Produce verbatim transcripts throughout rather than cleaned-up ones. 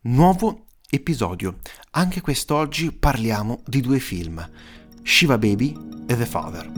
Nuovo episodio. Anche quest'oggi parliamo di due film, Shiva Baby e The Father.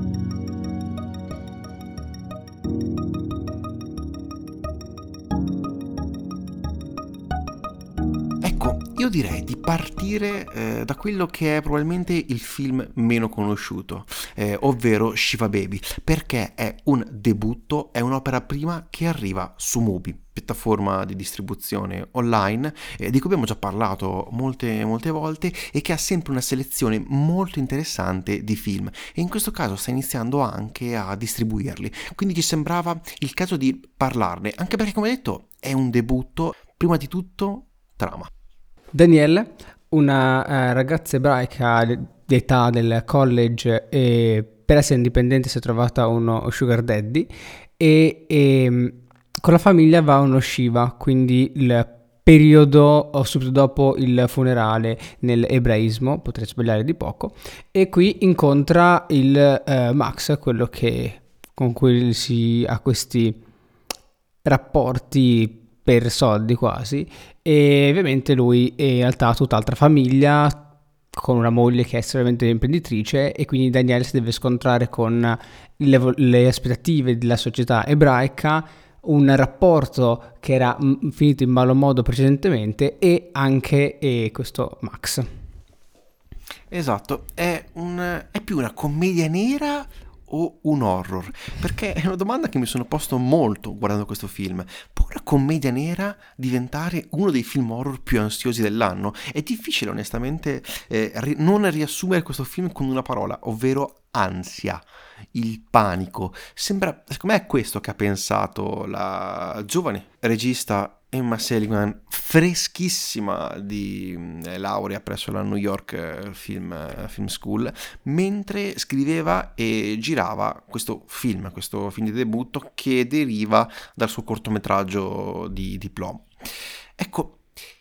Ecco, io direi di partire eh, da quello che è probabilmente il film meno conosciuto, eh, ovvero Shiva Baby, perché è un debutto, è un'opera prima che arriva su Mubi, piattaforma di distribuzione online, eh, di cui abbiamo già parlato molte molte volte e che ha sempre una selezione molto interessante di film, e in questo caso sta iniziando anche a distribuirli, quindi ci sembrava il caso di parlarne, anche perché, come detto, è un debutto. Prima di tutto, trama. Danielle, una uh, ragazza ebraica di età del college, e per essere indipendente si è trovata uno sugar daddy e, e con la famiglia va a uno Shiva, quindi il periodo o subito dopo il funerale nell'ebraismo, potrei sbagliare di poco, e qui incontra il uh, Max, quello che con cui si ha questi rapporti per soldi quasi, e ovviamente lui è in realtà tutt'altra famiglia con una moglie che è estremamente imprenditrice, e quindi Daniele si deve scontrare con le, le aspettative della società ebraica, un rapporto che era m- finito in malo modo precedentemente, e anche e questo Max. Esatto, è, un, è più una commedia nera o un horror? Perché è una domanda che mi sono posto molto guardando questo film. Può una commedia nera diventare uno dei film horror più ansiosi dell'anno? È difficile onestamente eh, ri- non riassumere questo film con una parola, ovvero ansia, il panico. Sembra, secondo me è questo che ha pensato la giovane regista Emma Seligman, freschissima di eh, laurea presso la New York eh, Film, eh, Film School, mentre scriveva e girava questo film, questo film di debutto che deriva dal suo cortometraggio di diploma. Ecco,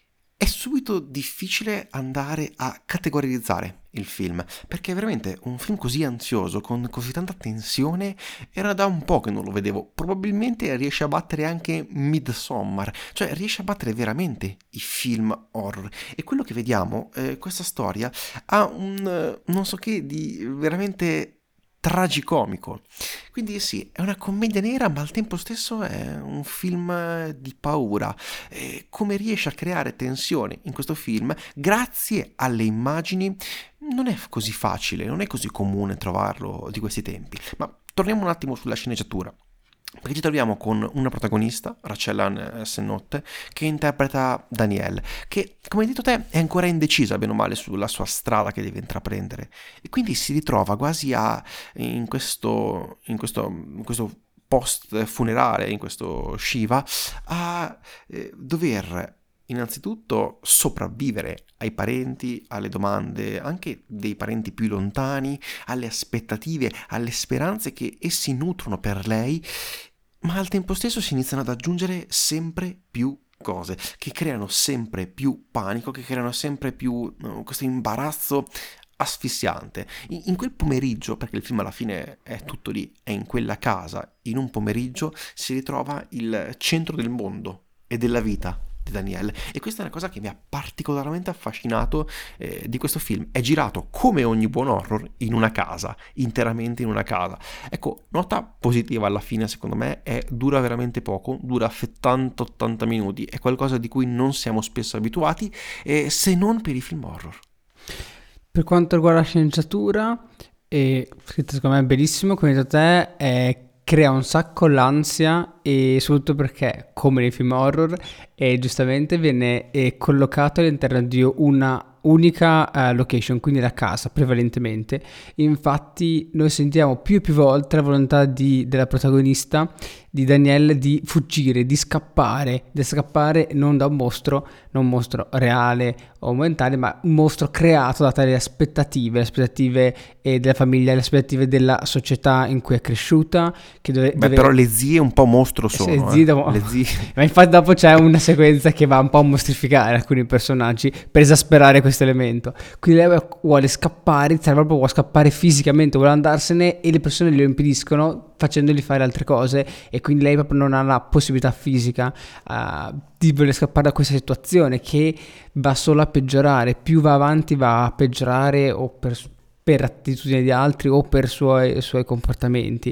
è subito difficile andare a categorizzare il film, perché è veramente un film così ansioso, con così tanta tensione, era da un po' che non lo vedevo. Probabilmente riesce a battere anche Midsommar, cioè riesce a battere veramente i film horror. E quello che vediamo, eh, questa storia, ha un non so che di veramente tragicomico. Quindi sì, è una commedia nera, ma al tempo stesso è un film di paura. E come riesce a creare tensione in questo film grazie alle immagini non è così facile, non è così comune trovarlo di questi tempi. Ma torniamo un attimo sulla sceneggiatura, perché ci troviamo con una protagonista, Rachel Ann Sennott, che interpreta Danielle, che, come hai detto te, è ancora indecisa, bene o male, sulla sua strada che deve intraprendere, e quindi si ritrova quasi a, in questo, in questo, in questo post funerale, in questo Shiva, a eh, dover innanzitutto sopravvivere ai parenti, alle domande anche dei parenti più lontani, alle aspettative, alle speranze che essi nutrono per lei, ma al tempo stesso si iniziano ad aggiungere sempre più cose che creano sempre più panico, che creano sempre più no, questo imbarazzo asfissiante. In, in quel pomeriggio, perché il film alla fine è tutto lì, è in quella casa, in un pomeriggio si ritrova il centro del mondo e della vita di Danielle, e questa è una cosa che mi ha particolarmente affascinato eh, di questo film. È girato come ogni buon horror in una casa, interamente in una casa. Ecco, nota positiva alla fine secondo me è dura veramente poco, dura settanta ottanta minuti, è qualcosa di cui non siamo spesso abituati, eh, se non per i film horror. Per quanto riguarda la sceneggiatura, è scritto secondo me benissimo, come hai detto te, è crea un sacco l'ansia, e soprattutto perché, come nei film horror, e giustamente viene è collocato all'interno di una unica uh, location, quindi la casa prevalentemente. Infatti noi sentiamo più e più volte la volontà di, della protagonista, di Danielle, di fuggire, di scappare, di scappare non da un mostro, non un mostro reale o mentale, ma un mostro creato da tali aspettative, le aspettative eh, della famiglia, le aspettative della società in cui è cresciuta. Che dove, Beh, dove... però le zie un po' mostro sono, le eh. zie dopo... le zie... ma infatti dopo c'è una sequenza che va un po' a mostrificare alcuni personaggi per esasperare questo elemento. Quindi lei vuole scappare, cioè proprio vuole scappare fisicamente, vuole andarsene, e le persone glielo impediscono, facendogli fare altre cose, e quindi lei proprio non ha la possibilità fisica uh, di voler scappare da questa situazione che va solo a peggiorare, più va avanti va a peggiorare, o per, per attitudini di altri o per suoi, suoi comportamenti.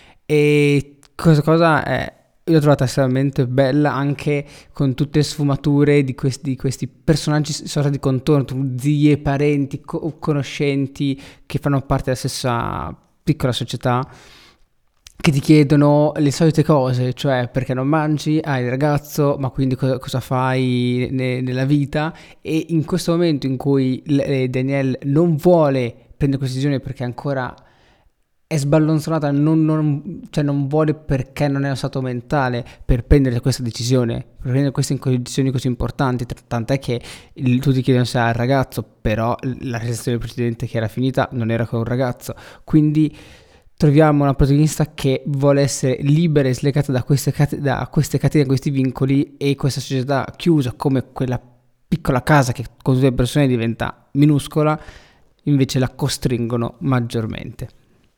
E questa cosa è, io l'ho trovata estremamente bella, anche con tutte le sfumature di questi, di questi personaggi sorta di contorno, zie, parenti, co- conoscenti che fanno parte della stessa piccola società, che ti chiedono le solite cose, cioè perché non mangi, hai il ragazzo, ma quindi cosa, cosa fai ne- nella vita. E in questo momento in cui l- eh, Danielle non vuole prendere questa decisione perché ancora è sballonzolata, non, non, cioè non vuole, perché non è uno stato mentale per prendere questa decisione, per prendere queste decisioni così importanti, t- tant'è che il, tutti chiedono se ha il ragazzo, però la relazione precedente che era finita non era con un ragazzo, quindi troviamo una protagonista che vuole essere libera e slegata da queste, cate- da queste catene, questi vincoli, e questa società chiusa come quella piccola casa che con due persone diventa minuscola, invece la costringono maggiormente.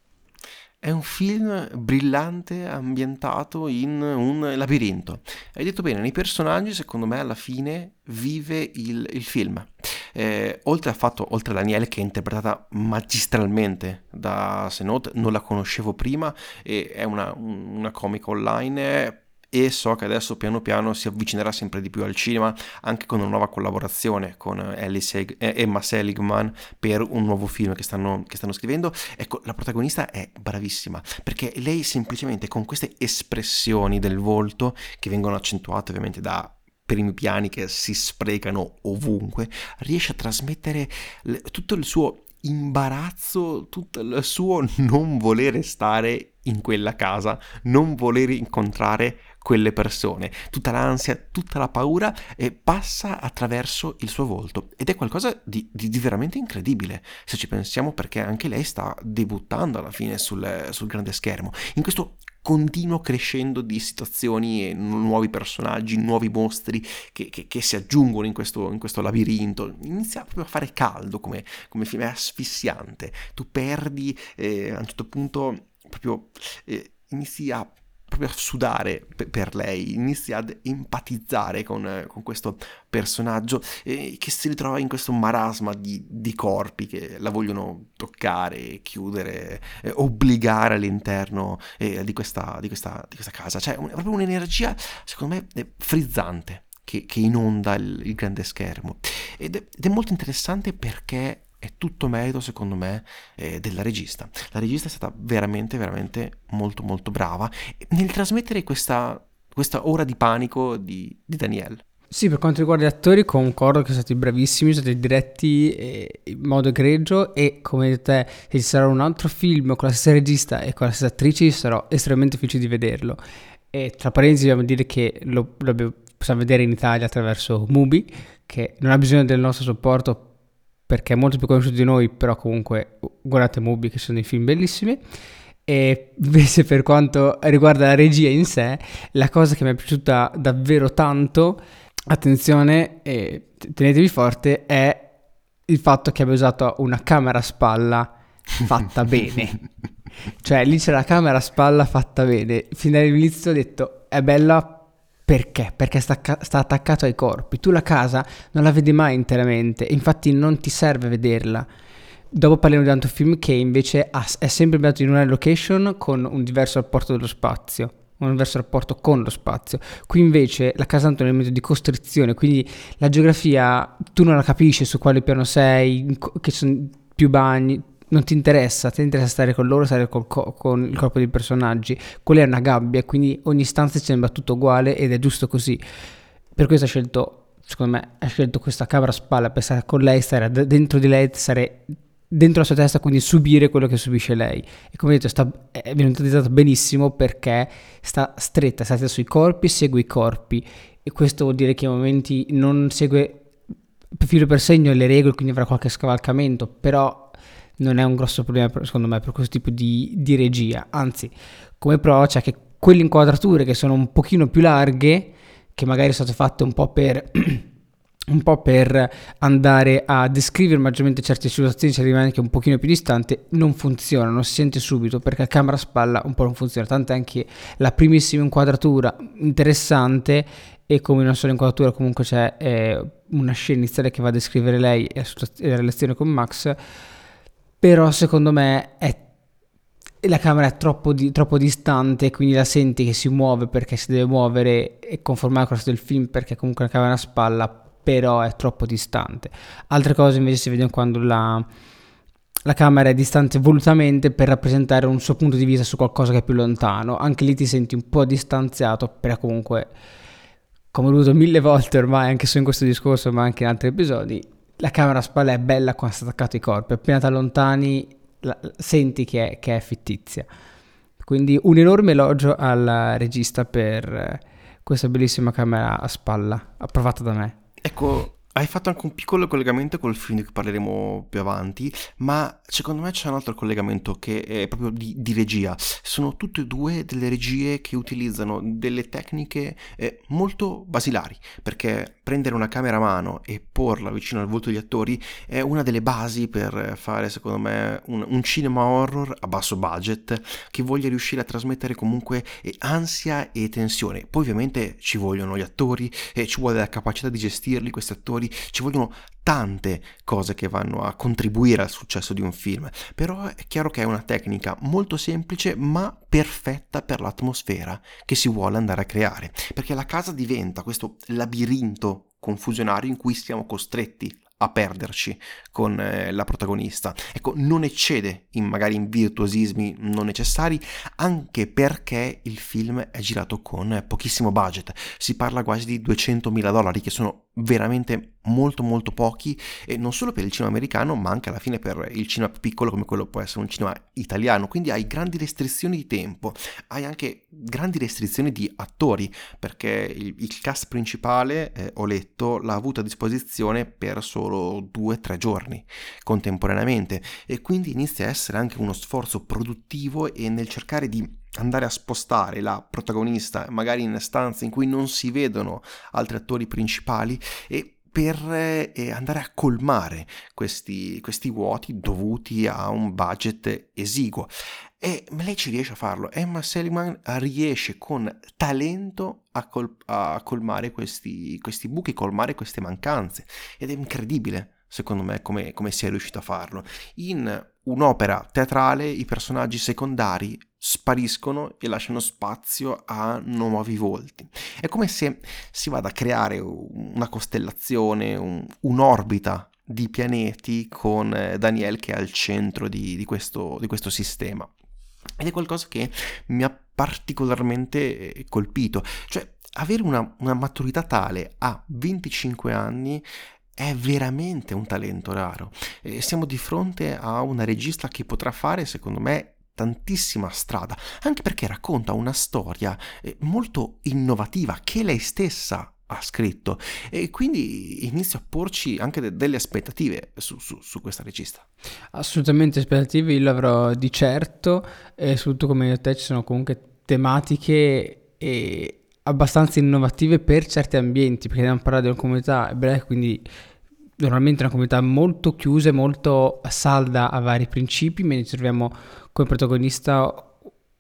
È un film brillante ambientato in un labirinto. Hai detto bene, nei personaggi secondo me alla fine vive il, il film. Eh, oltre al fatto, oltre a Danielle che è interpretata magistralmente da Senot, non la conoscevo prima, e è una, una comica online, e so che adesso piano piano si avvicinerà sempre di più al cinema, anche con una nuova collaborazione con Ellie Seg- eh, Emma Seligman per un nuovo film che stanno, che stanno scrivendo. Ecco, la protagonista è bravissima, perché lei semplicemente con queste espressioni del volto, che vengono accentuate ovviamente da primi piani che si sprecano ovunque, riesce a trasmettere le, tutto il suo imbarazzo, tutto il suo non volere stare in quella casa, non volere incontrare quelle persone, tutta l'ansia, tutta la paura, e passa attraverso il suo volto, ed è qualcosa di, di, di veramente incredibile se ci pensiamo, perché anche lei sta debuttando alla fine sul, sul grande schermo, in questo continuo crescendo di situazioni e nuovi personaggi, nuovi mostri che, che, che si aggiungono in questo, in questo labirinto. Inizia proprio a fare caldo come, come film, è asfissiante, tu perdi eh, a un certo punto proprio eh, inizi a proprio a sudare per, per lei, inizi ad empatizzare con, eh, con questo personaggio eh, che si ritrova in questo marasma di, di corpi che la vogliono toccare, chiudere, eh, obbligare all'interno eh, di, questa, di, questa, di questa casa. Cioè un, proprio un'energia secondo me eh, frizzante che, che inonda il, il grande schermo, ed è, ed è molto interessante perché è tutto merito, secondo me, eh, della regista. La regista è stata veramente, veramente molto, molto brava nel trasmettere questa, questa ora di panico di, di Danielle. Sì, per quanto riguarda gli attori, concordo che sono stati bravissimi, sono stati diretti eh, in modo egregio, e come detto te, se ci sarà un altro film con la stessa regista e con la stessa attrice, sarò estremamente felice di vederlo. E tra parentesi dobbiamo dire che lo, lo possiamo vedere in Italia attraverso Mubi, che non ha bisogno del nostro supporto perché è molto più conosciuto di noi, però comunque guardate Mubi, che sono dei film bellissimi. E invece per quanto riguarda la regia in sé, la cosa che mi è piaciuta davvero tanto, attenzione e tenetevi forte, è il fatto che abbia usato una camera a spalla fatta bene. Cioè lì c'è la camera a spalla fatta bene. Fin dall'inizio ho detto è bella. Perché? Perché sta, sta attaccato ai corpi. Tu la casa non la vedi mai interamente, infatti non ti serve vederla. Dopo parliamo di un altro film che invece ha, è sempre ambientato in una location con un diverso rapporto dello spazio, un diverso rapporto con lo spazio. Qui invece la casa è un elemento di costrizione, quindi la geografia tu non la capisci su quale piano sei, che ci sono più bagni. Non ti interessa, ti interessa stare con loro, stare col co- con il corpo dei personaggi. Quella è una gabbia, quindi ogni stanza ti sembra tutto uguale, ed è giusto così. Per questo ha scelto, secondo me, ha scelto questa camera a spalla per stare con lei, stare dentro di lei, stare dentro la sua testa, quindi subire quello che subisce lei. E come detto, sta, è venuta benissimo perché sta stretta, sta sui corpi, segue i corpi. E questo vuol dire che ai momenti non segue filo per segno le regole, quindi avrà qualche scavalcamento, però non è un grosso problema secondo me per questo tipo di, di regia. Anzi, come prova c'è che quelle inquadrature che sono un pochino più larghe, che magari sono state fatte un po' per un po' per andare a descrivere maggiormente certe situazioni, se rimane anche un pochino più distante, non funziona, non si sente subito perché la camera a spalla un po' non funziona, tanto anche la primissima inquadratura interessante, e come una sola inquadratura comunque c'è eh, una scena iniziale che va a descrivere lei e la, situa- e la relazione con Max, però secondo me è la camera è troppo, di- troppo distante, quindi la senti che si muove perché si deve muovere e conformare con il resto del film perché comunque la camera a spalla, però è troppo distante. Altre cose invece si vedono quando la, la camera è distante volutamente per rappresentare un suo punto di vista su qualcosa che è più lontano. Anche lì ti senti un po' distanziato, però comunque, come ho detto mille volte ormai, anche solo in questo discorso, ma anche in altri episodi, la camera a spalla è bella quando sta attaccato ai corpi, appena ti allontani la- senti che è, che è fittizia. Quindi un enorme elogio al regista per eh, questa bellissima camera a spalla, approvata da me. Ecco, hai fatto anche un piccolo collegamento col film di cui parleremo più avanti, ma secondo me c'è un altro collegamento che è proprio di, di regia. Sono tutte e due delle regie che utilizzano delle tecniche eh, molto basilari, perché prendere una camera a mano e porla vicino al volto degli attori è una delle basi per fare, secondo me, un, un cinema horror a basso budget che voglia riuscire a trasmettere comunque eh, ansia e tensione. Poi ovviamente ci vogliono gli attori e ci vuole la capacità di gestirli questi attori, ci vogliono tante cose che vanno a contribuire al successo di un film, però è chiaro che è una tecnica molto semplice ma perfetta per l'atmosfera che si vuole andare a creare, perché la casa diventa questo labirinto confusionario in cui siamo costretti a perderci con eh, la protagonista. Ecco, non eccede in magari in virtuosismi non necessari, anche perché il film è girato con pochissimo budget. Si parla quasi di duecentomila dollari, che sono veramente molto molto pochi, e non solo per il cinema americano ma anche alla fine per il cinema più piccolo come quello può essere un cinema italiano. Quindi hai grandi restrizioni di tempo, hai anche grandi restrizioni di attori, perché il, il cast principale, eh, ho letto, l'ha avuto a disposizione per solo due o tre giorni contemporaneamente, e quindi inizia a essere anche uno sforzo produttivo e nel cercare di andare a spostare la protagonista magari in stanze in cui non si vedono altri attori principali, e per eh, andare a colmare questi, questi vuoti dovuti a un budget esiguo. E lei ci riesce a farlo. Emma Seligman riesce con talento a, col- a colmare questi, questi buchi, colmare queste mancanze, ed è incredibile secondo me come, come sia riuscito a farlo. In un'opera teatrale i personaggi secondari spariscono e lasciano spazio a nuovi volti. È come se si vada a creare una costellazione, un, un'orbita di pianeti con eh, Daniel che è al centro di, di questo, di questo sistema. Ed è qualcosa che mi ha particolarmente eh, colpito. Cioè, avere una, una maturità tale a venticinque anni è veramente un talento raro. E siamo di fronte a una regista che potrà fare, secondo me, tantissima strada, anche perché racconta una storia eh, molto innovativa che lei stessa ha scritto, e quindi inizio a porci anche de- delle aspettative su, su, su questa regista. Assolutamente aspettative, io l'avrò di certo, e soprattutto come hai detto te ci sono comunque tematiche e abbastanza innovative per certi ambienti, perché andiamo a parlare di una comunità ebrea, quindi normalmente una comunità molto chiusa e molto salda a vari principi, mentre ci troviamo come protagonista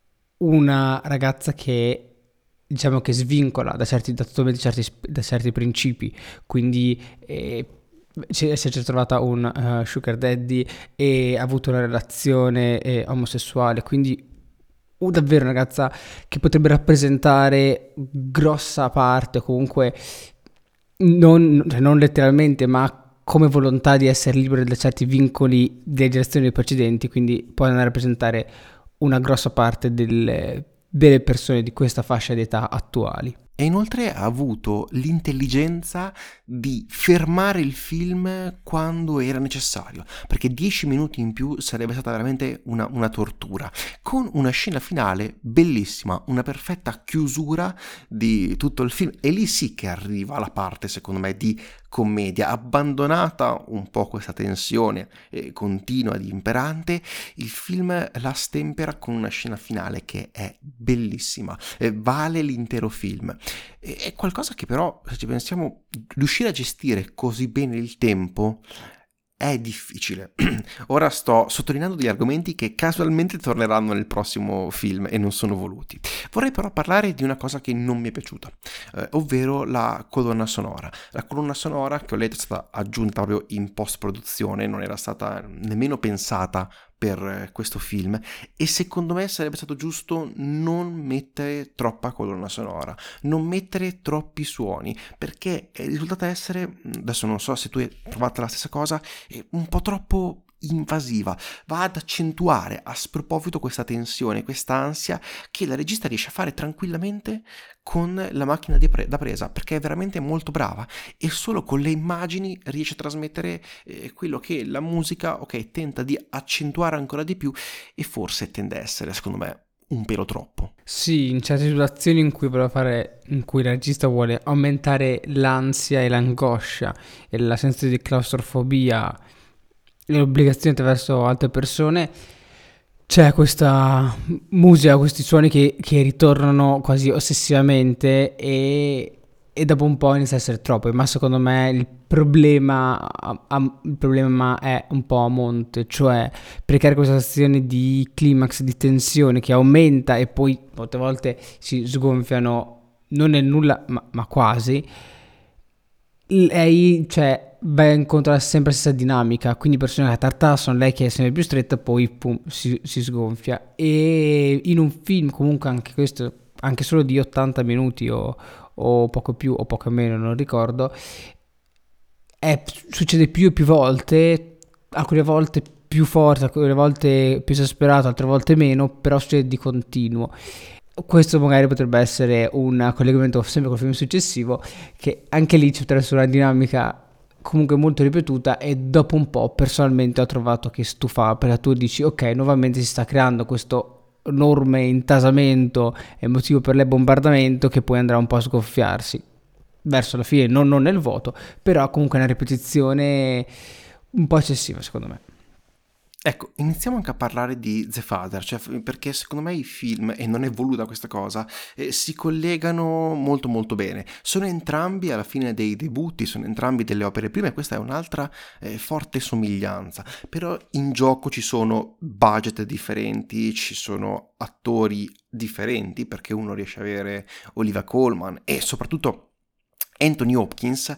una ragazza che diciamo che svincola da certi, da totalmente certi, da certi principi, quindi eh, si si è trovata un uh, sugar daddy e ha avuto una relazione eh, omosessuale, quindi uh, davvero una ragazza che potrebbe rappresentare grossa parte, o comunque non, cioè non letteralmente, ma come volontà di essere libero da certi vincoli delle generazioni precedenti, quindi può andare a rappresentare una grossa parte delle, delle persone di questa fascia di età attuali. E inoltre ha avuto l'intelligenza di fermare il film quando era necessario, perché dieci minuti in più sarebbe stata veramente una, una tortura, con una scena finale bellissima, una perfetta chiusura di tutto il film, e lì sì che arriva la parte, secondo me, di commedia. Abbandonata un po' questa tensione eh, continua ed imperante, il film la stempera con una scena finale che è bellissima, eh, vale l'intero film. E- È qualcosa che però, se ci pensiamo, riuscire a gestire così bene il tempo è difficile. Ora sto sottolineando degli argomenti che casualmente torneranno nel prossimo film e non sono voluti. Vorrei però parlare di una cosa che non mi è piaciuta, eh, ovvero la colonna sonora. La colonna sonora che ho letto è stata aggiunta proprio in post-produzione, non era stata nemmeno pensata per eh, questo film, e secondo me sarebbe stato giusto non mettere troppa colonna sonora, non mettere troppi suoni, perché è risultata essere, adesso non so se tu hai trovato la stessa cosa, è un po' troppo invasiva, va ad accentuare a sproposito questa tensione, questa ansia che la regista riesce a fare tranquillamente con la macchina di pre- da presa, perché è veramente molto brava e solo con le immagini riesce a trasmettere eh, quello che la musica, ok, tenta di accentuare ancora di più, e forse tende a essere, secondo me, un pelo troppo. Sì, in certe situazioni in cui vuole fare, in cui il regista vuole aumentare l'ansia e l'angoscia e la sensazione di claustrofobia e l'obbligazione verso altre persone, c'è questa musica, questi suoni che, che ritornano quasi ossessivamente e, e dopo un po' inizia a essere troppo. Ma secondo me il problema, a- a- il problema è un po' a monte, cioè per creare questa sensazione di climax, di tensione che aumenta e poi molte volte si sgonfiano, non nel nulla, ma, ma quasi. Lei, cioè, va incontro alla sempre stessa dinamica, quindi persone che tartassano, lei che è sempre più stretta, poi pum, si, si sgonfia. E in un film, comunque, anche questo, anche solo di ottanta minuti o, o poco più o poco meno, non ricordo, è- succede più e più volte, alcune volte più forte, alcune volte più esasperato, altre volte meno, però succede di continuo. Questo magari potrebbe essere un collegamento sempre col film successivo, che anche lì c'è attraverso una dinamica comunque molto ripetuta e dopo un po' personalmente ho trovato che stufava, perché tu dici ok, nuovamente si sta creando questo enorme intasamento emotivo per lei, bombardamento, che poi andrà un po' a sgonfiarsi verso la fine, non, non nel vuoto, però comunque è una ripetizione un po' eccessiva secondo me. Ecco, iniziamo anche a parlare di The Father, cioè, f- perché secondo me i film, e non è voluta questa cosa, eh, si collegano molto molto bene. Sono entrambi alla fine dei debutti, sono entrambi delle opere prime, e questa è un'altra eh, forte somiglianza. Però in gioco ci sono budget differenti, ci sono attori differenti, perché uno riesce ad avere Olivia Colman e soprattutto Anthony Hopkins,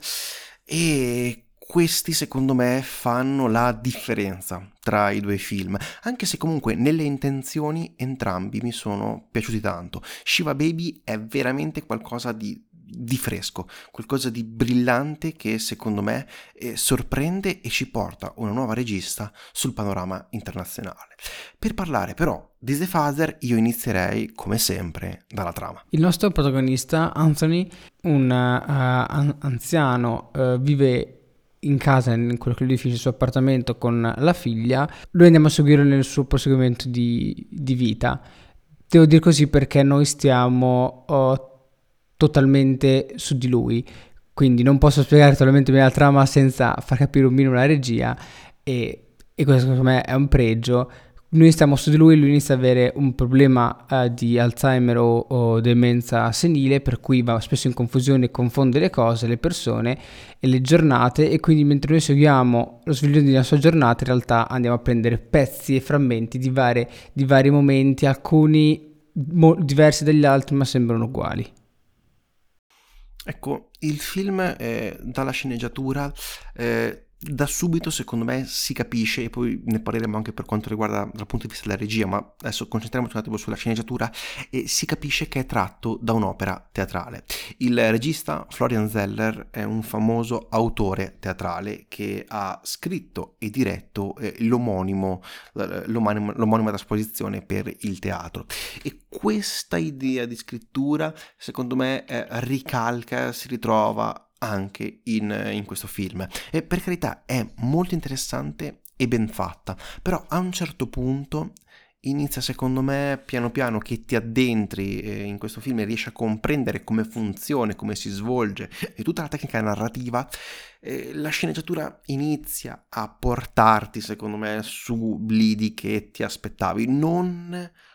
e questi secondo me fanno la differenza tra i due film, anche se comunque nelle intenzioni entrambi mi sono piaciuti tanto. Shiva Baby è veramente qualcosa di, di fresco, qualcosa di brillante che secondo me eh, sorprende e ci porta una nuova regista sul panorama internazionale. Per parlare però di The Father io inizierei come sempre dalla trama. Il nostro protagonista, Anthony, un eh, an- anziano, eh, vive in casa, in quello che lui definisce il suo appartamento con la figlia. Noi andiamo a seguire nel suo proseguimento di, di vita. Devo dire così perché noi stiamo oh, totalmente su di lui, quindi non posso spiegare totalmente bene la trama senza far capire un minimo la regia e, e questo secondo me è un pregio. Noi stiamo su di lui, lui inizia ad avere un problema eh, di Alzheimer o, o demenza senile, per cui va spesso in confusione e confonde le cose, le persone e le giornate, e quindi mentre noi seguiamo lo sviluppo della sua giornata in realtà andiamo a prendere pezzi e frammenti di, varie, di vari momenti, alcuni mo- diversi dagli altri ma sembrano uguali. Ecco, il film, eh, dalla sceneggiatura, eh, da subito secondo me si capisce, e poi ne parleremo anche per quanto riguarda dal punto di vista della regia, ma adesso concentriamoci un attimo sulla sceneggiatura, e si capisce che è tratto da un'opera teatrale. Il regista Florian Zeller è un famoso autore teatrale che ha scritto e diretto eh, l'omonimo, eh, l'omonimo, l'omonima trasposizione per il teatro, e questa idea di scrittura secondo me eh, ricalca, si ritrova anche in, in questo film, e per carità è molto interessante e ben fatta, però a un certo punto inizia secondo me piano piano che ti addentri eh, in questo film e riesci a comprendere come funziona, come si svolge e tutta la tecnica narrativa, eh, la sceneggiatura inizia a portarti secondo me su lidi che ti aspettavi, non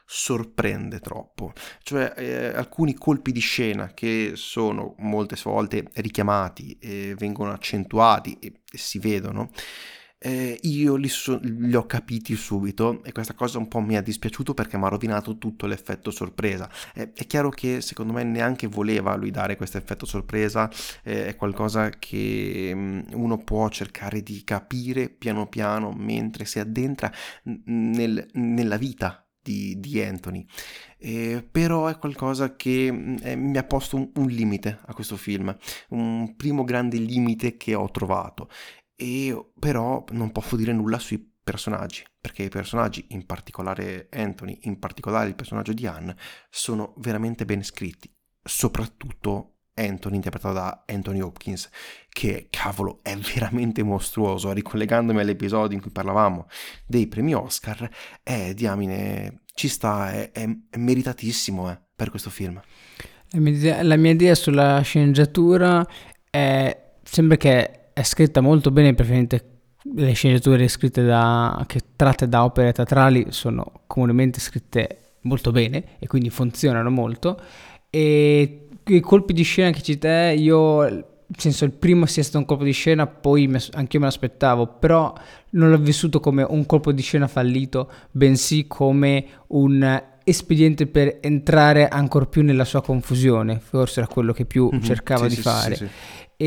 sorprende troppo, cioè eh, alcuni colpi di scena che sono molte volte richiamati e vengono accentuati e, e si vedono, eh, io li, so- li ho capiti subito e questa cosa un po' mi ha dispiaciuto perché mi ha rovinato tutto l'effetto sorpresa. Eh, è chiaro che secondo me neanche voleva lui dare questo effetto sorpresa, eh, è qualcosa che mm, uno può cercare di capire piano piano mentre si addentra n- nel- nella vita di, di Anthony. Eh, però è qualcosa che mm, eh, mi ha posto un, un limite a questo film, un primo grande limite che ho trovato, e però non posso dire nulla sui personaggi, perché i personaggi, in particolare Anthony, in particolare il personaggio di Anne, sono veramente ben scritti, soprattutto Anthony interpretato da Anthony Hopkins, che cavolo è veramente mostruoso. Ricollegandomi all'episodio in cui parlavamo dei premi Oscar, è diamine, ci sta, è, è, è meritatissimo eh, per questo film. La mia idea, la mia idea sulla sceneggiatura è sempre che è scritta molto bene, praticamente le sceneggiature scritte da, che tratte da opere teatrali sono comunemente scritte molto bene e quindi funzionano molto, e i colpi di scena che citi te, io nel senso il primo sia stato un colpo di scena, poi anche io me l'aspettavo, però non l'ho vissuto come un colpo di scena fallito, bensì come un espediente per entrare ancor più nella sua confusione, forse era quello che più Mm-hmm. cercava Sì, di sì, fare. sì, sì.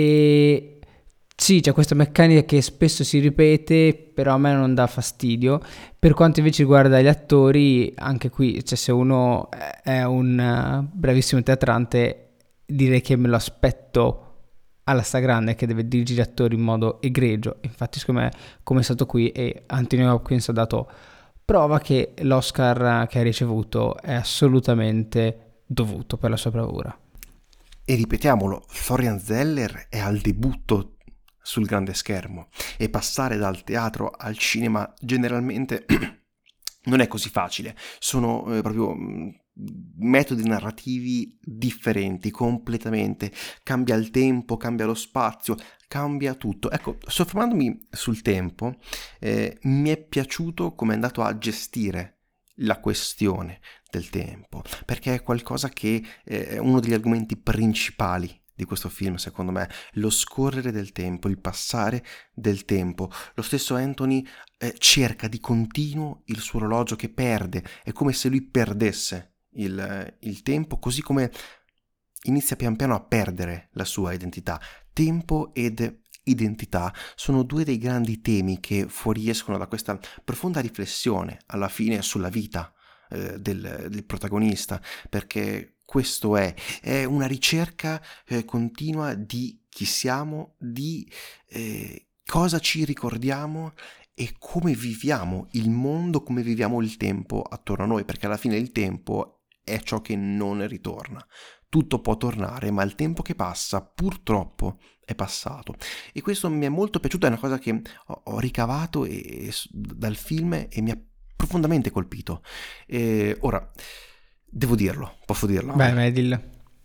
E sì, c'è questa meccanica che spesso si ripete, però a me non dà fastidio. Per quanto invece riguarda gli attori, anche qui, cioè se uno è un bravissimo teatrante, direi che me lo aspetto alla stragrande, che deve dirigere gli attori in modo egregio. Infatti secondo me, come è stato qui, e Anthony Hopkins ha dato prova che l'Oscar che ha ricevuto è assolutamente dovuto per la sua bravura. E ripetiamolo, Florian Zeller è al debutto sul grande schermo e passare dal teatro al cinema generalmente non è così facile, sono eh, proprio mh, metodi narrativi differenti completamente, cambia il tempo, cambia lo spazio, cambia tutto. Ecco, soffermandomi sul tempo, eh, mi è piaciuto come è andato a gestire la questione del tempo, perché è qualcosa che eh, è uno degli argomenti principali di questo film, secondo me, lo scorrere del tempo, il passare del tempo. Lo stesso Anthony eh, cerca di continuo il suo orologio che perde, è come se lui perdesse il, il tempo, così come inizia pian piano a perdere la sua identità. Tempo ed identità sono due dei grandi temi che fuoriescono da questa profonda riflessione alla fine sulla vita eh, del, del protagonista, perché questo è, è una ricerca eh, continua di chi siamo, di eh, cosa ci ricordiamo e come viviamo il mondo, come viviamo il tempo attorno a noi, perché alla fine il tempo è ciò che non ritorna. Tutto può tornare, ma il tempo che passa purtroppo è passato. E questo mi è molto piaciuto, è una cosa che ho, ho ricavato e, e, dal film e mi ha profondamente colpito. E ora, devo dirlo, posso dirlo? Vai, vai, dillo.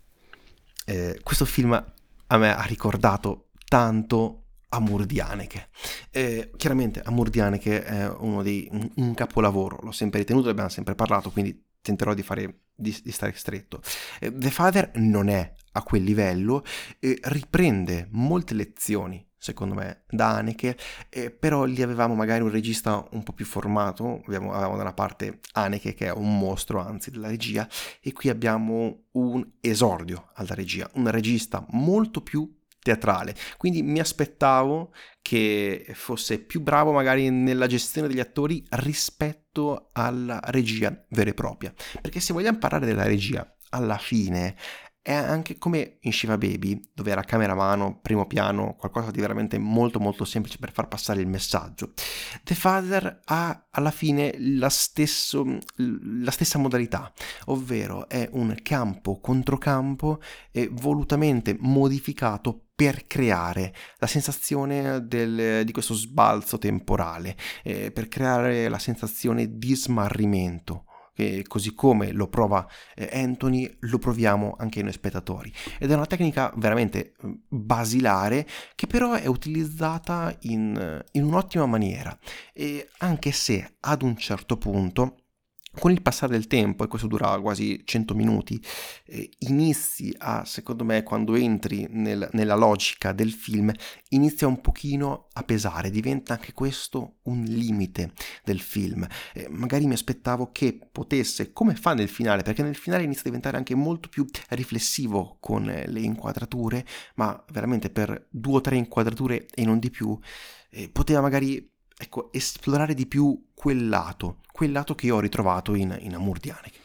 Eh, questo film a me ha ricordato tanto Amor di Haneke. Eh, chiaramente Amor di Haneke è uno dei, un, un capolavoro, l'ho sempre ritenuto, ne abbiamo sempre parlato, quindi tenterò di fare di, di stare stretto. Eh, The Father non è a quel livello, eh, riprende molte lezioni secondo me da Haneke, eh, però lì avevamo magari un regista un po' più formato, abbiamo, avevamo da una parte Haneke che è un mostro anzi della regia, e qui abbiamo un esordio alla regia, un regista molto più teatrale, quindi mi aspettavo che fosse più bravo magari nella gestione degli attori rispetto alla regia vera e propria, perché se vogliamo parlare della regia alla fine è anche come in Shiva Baby, dove era camera mano, primo piano, qualcosa di veramente molto molto semplice per far passare il messaggio. The Father ha alla fine la, stesso, la stessa modalità, ovvero è un campo contro campo e volutamente modificato per creare la sensazione del, di questo sbalzo temporale, eh, per creare la sensazione di smarrimento. Che così come lo prova eh, Anthony, lo proviamo anche noi spettatori. Ed è una tecnica veramente basilare che però è utilizzata in, in un'ottima maniera, e anche se ad un certo punto con il passare del tempo, e questo dura quasi cento minuti, eh, inizi a, secondo me, quando entri nel- nella logica del film, inizia un pochino a pesare, diventa anche questo un limite del film. Eh, magari mi aspettavo che potesse, come fa nel finale, perché nel finale inizia a diventare anche molto più riflessivo con eh, le inquadrature, ma veramente per due o tre inquadrature e non di più, eh, poteva magari, ecco, esplorare di più quel lato, quel lato che io ho ritrovato in, in Amor di Anakin.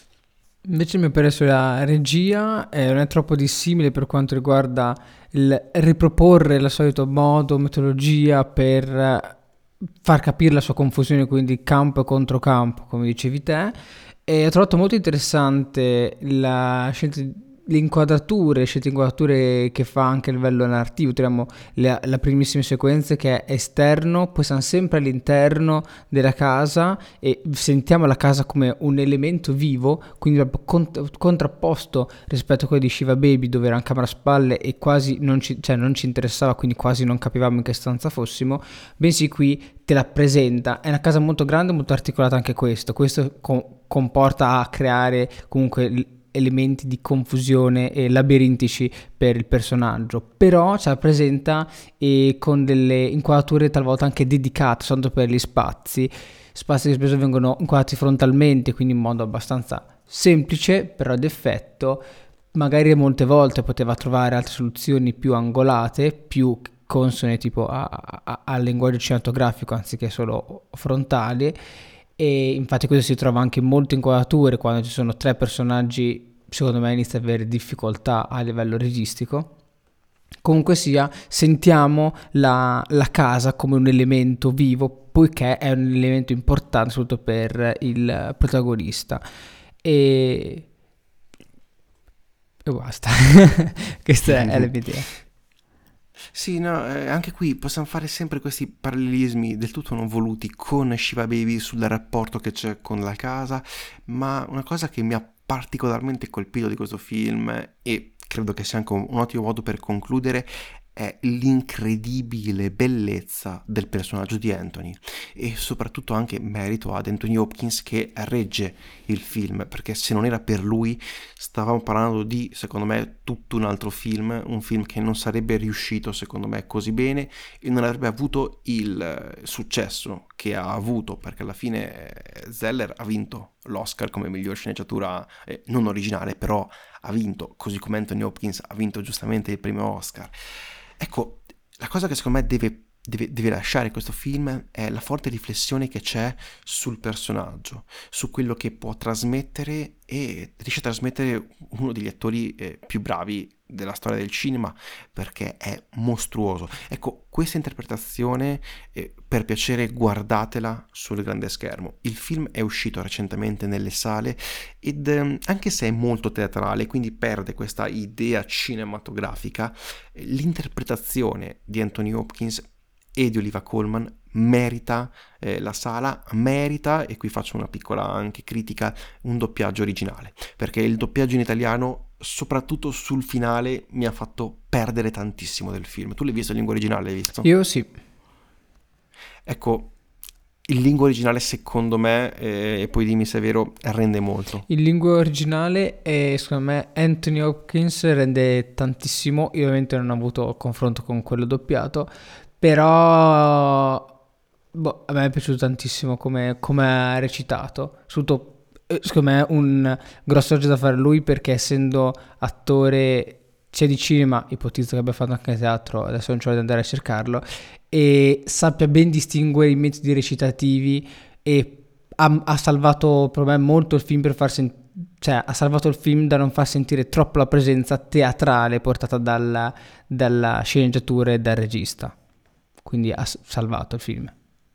Invece mi è perso la regia, eh, non è troppo dissimile per quanto riguarda il riproporre il solito modo, metodologia per eh, far capire la sua confusione, quindi campo e controcampo, come dicevi te. E ho trovato molto interessante la scelta, le inquadrature, le scelte di inquadrature che fa anche a livello narrativo. Troviamo la, la primissima sequenza che è esterno, poi siamo sempre all'interno della casa e sentiamo la casa come un elemento vivo, quindi cont- contrapposto rispetto a quello di Shiva Baby, dove era in camera a spalle e quasi non ci, cioè non ci interessava, quindi quasi non capivamo in che stanza fossimo, bensì qui te la presenta. È una casa molto grande, molto articolata anche questo. Questo co- comporta a creare comunque l- elementi di confusione e labirintici per il personaggio, però ce la presenta e con delle inquadrature talvolta anche dedicate, soltanto per gli spazi, spazi che spesso vengono inquadrati frontalmente, quindi in modo abbastanza semplice, però ad effetto. Magari molte volte poteva trovare altre soluzioni più angolate, più consone tipo a- a- al linguaggio cinematografico anziché solo frontali, e infatti questo si trova anche in molte inquadrature quando ci sono tre personaggi. Secondo me inizia ad avere difficoltà a livello registico. Comunque sia, sentiamo la, la casa come un elemento vivo, poiché è un elemento importante soprattutto per il protagonista. E, e basta. Questa è la mia idea. Sì, no, eh, anche qui possiamo fare sempre questi parallelismi del tutto non voluti con Shiva Baby sul rapporto che c'è con la casa, ma una cosa che mi ha particolarmente colpito di questo film, e credo che sia anche un, un ottimo modo per concludere, è l'incredibile bellezza del personaggio di Anthony, e soprattutto anche merito ad Anthony Hopkins che regge il film, perché se non era per lui stavamo parlando di, secondo me, tutto un altro film, un film che non sarebbe riuscito, secondo me, così bene e non avrebbe avuto il successo che ha avuto, perché alla fine Zeller ha vinto l'Oscar come miglior sceneggiatura eh, non originale, però ha vinto, così come Anthony Hopkins ha vinto giustamente il primo Oscar. Ecco, la cosa che secondo me deve, deve, deve lasciare questo film è la forte riflessione che c'è sul personaggio, su quello che può trasmettere, e riesce a trasmettere uno degli attori eh, più bravi della storia del cinema, perché è mostruoso. Ecco, questa interpretazione, eh, per piacere guardatela sul grande schermo. Il film è uscito recentemente nelle sale ed ehm, anche se è molto teatrale, quindi perde questa idea cinematografica, eh, l'interpretazione di Anthony Hopkins e di Olivia Colman merita eh, la sala, merita, e qui faccio una piccola anche critica, un doppiaggio originale, perché il doppiaggio in italiano, soprattutto sul finale, mi ha fatto perdere tantissimo del film. Tu l'hai visto in lingua originale, l'hai visto? Io sì. Ecco, in lingua originale secondo me, eh, e poi dimmi se è vero, rende molto. In lingua originale, e secondo me Anthony Hopkins rende tantissimo. Io ovviamente non ho avuto confronto con quello doppiato, però boh, a me è piaciuto tantissimo come, come ha recitato. Soprattutto, eh, secondo me, un grosso oggi da fare lui, perché essendo attore sia di cinema, ipotizzo che abbia fatto anche teatro, adesso non c'ho da andare a cercarlo, e sappia ben distinguere i metodi recitativi, e ha, ha salvato per me molto il film per far sentire, cioè ha salvato il film da non far sentire troppo la presenza teatrale portata dalla, dalla sceneggiatura e dal regista, quindi ha s- salvato il film.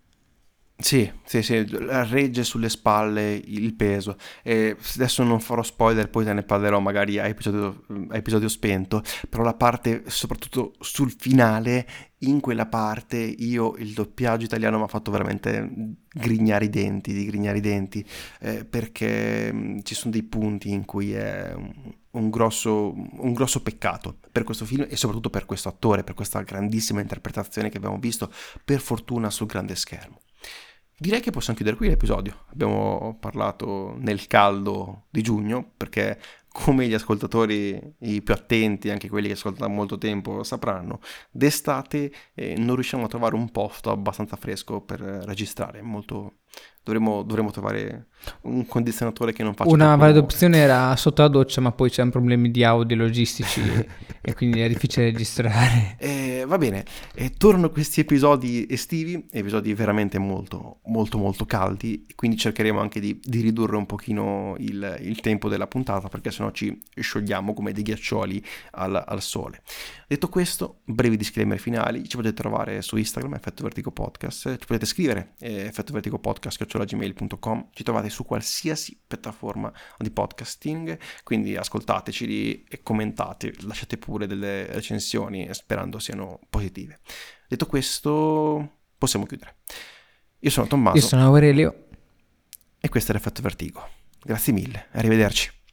Sì, sì, sì, regge sulle spalle il peso. E adesso non farò spoiler, poi te ne parlerò magari a episodio, a episodio spento, però la parte, soprattutto sul finale, in quella parte io il doppiaggio italiano mi ha fatto veramente grignare i denti, di grignare i denti, eh, perché mh, ci sono dei punti in cui è un, un grosso, un grosso peccato per questo film e soprattutto per questo attore, per questa grandissima interpretazione che abbiamo visto, per fortuna, sul grande schermo. direi che possiamo chiudere qui l'episodio. Abbiamo parlato nel caldo di giugno, perché come gli ascoltatori i più attenti, anche quelli che ascoltano da molto tempo, sapranno, d'estate eh, non riusciamo a trovare un posto abbastanza fresco per registrare. Molto... Dovremmo, dovremmo trovare un condizionatore che non faccia Una troppo valida rumore. opzione era sotto la doccia, ma poi c'erano problemi di audio logistici e quindi è difficile registrare. Eh, va bene, eh, tornano questi episodi estivi, episodi veramente molto, molto, molto caldi, e quindi cercheremo anche di, di ridurre un pochino il, il tempo della puntata, perché sennò ci sciogliamo come dei ghiaccioli al, al sole. Detto questo, brevi disclaimer finali, ci potete trovare su Instagram, Effetto Vertigo Podcast, ci potete scrivere, eh, effetto vertigo podcast chiocciola gmail punto com, ci trovate su qualsiasi piattaforma di podcasting, quindi ascoltateci e commentate, lasciate pure delle recensioni sperando siano positive. Detto questo, possiamo chiudere. Io sono Tommaso. Io sono Aurelio. E questo è l'Effetto Vertigo. Grazie mille, arrivederci.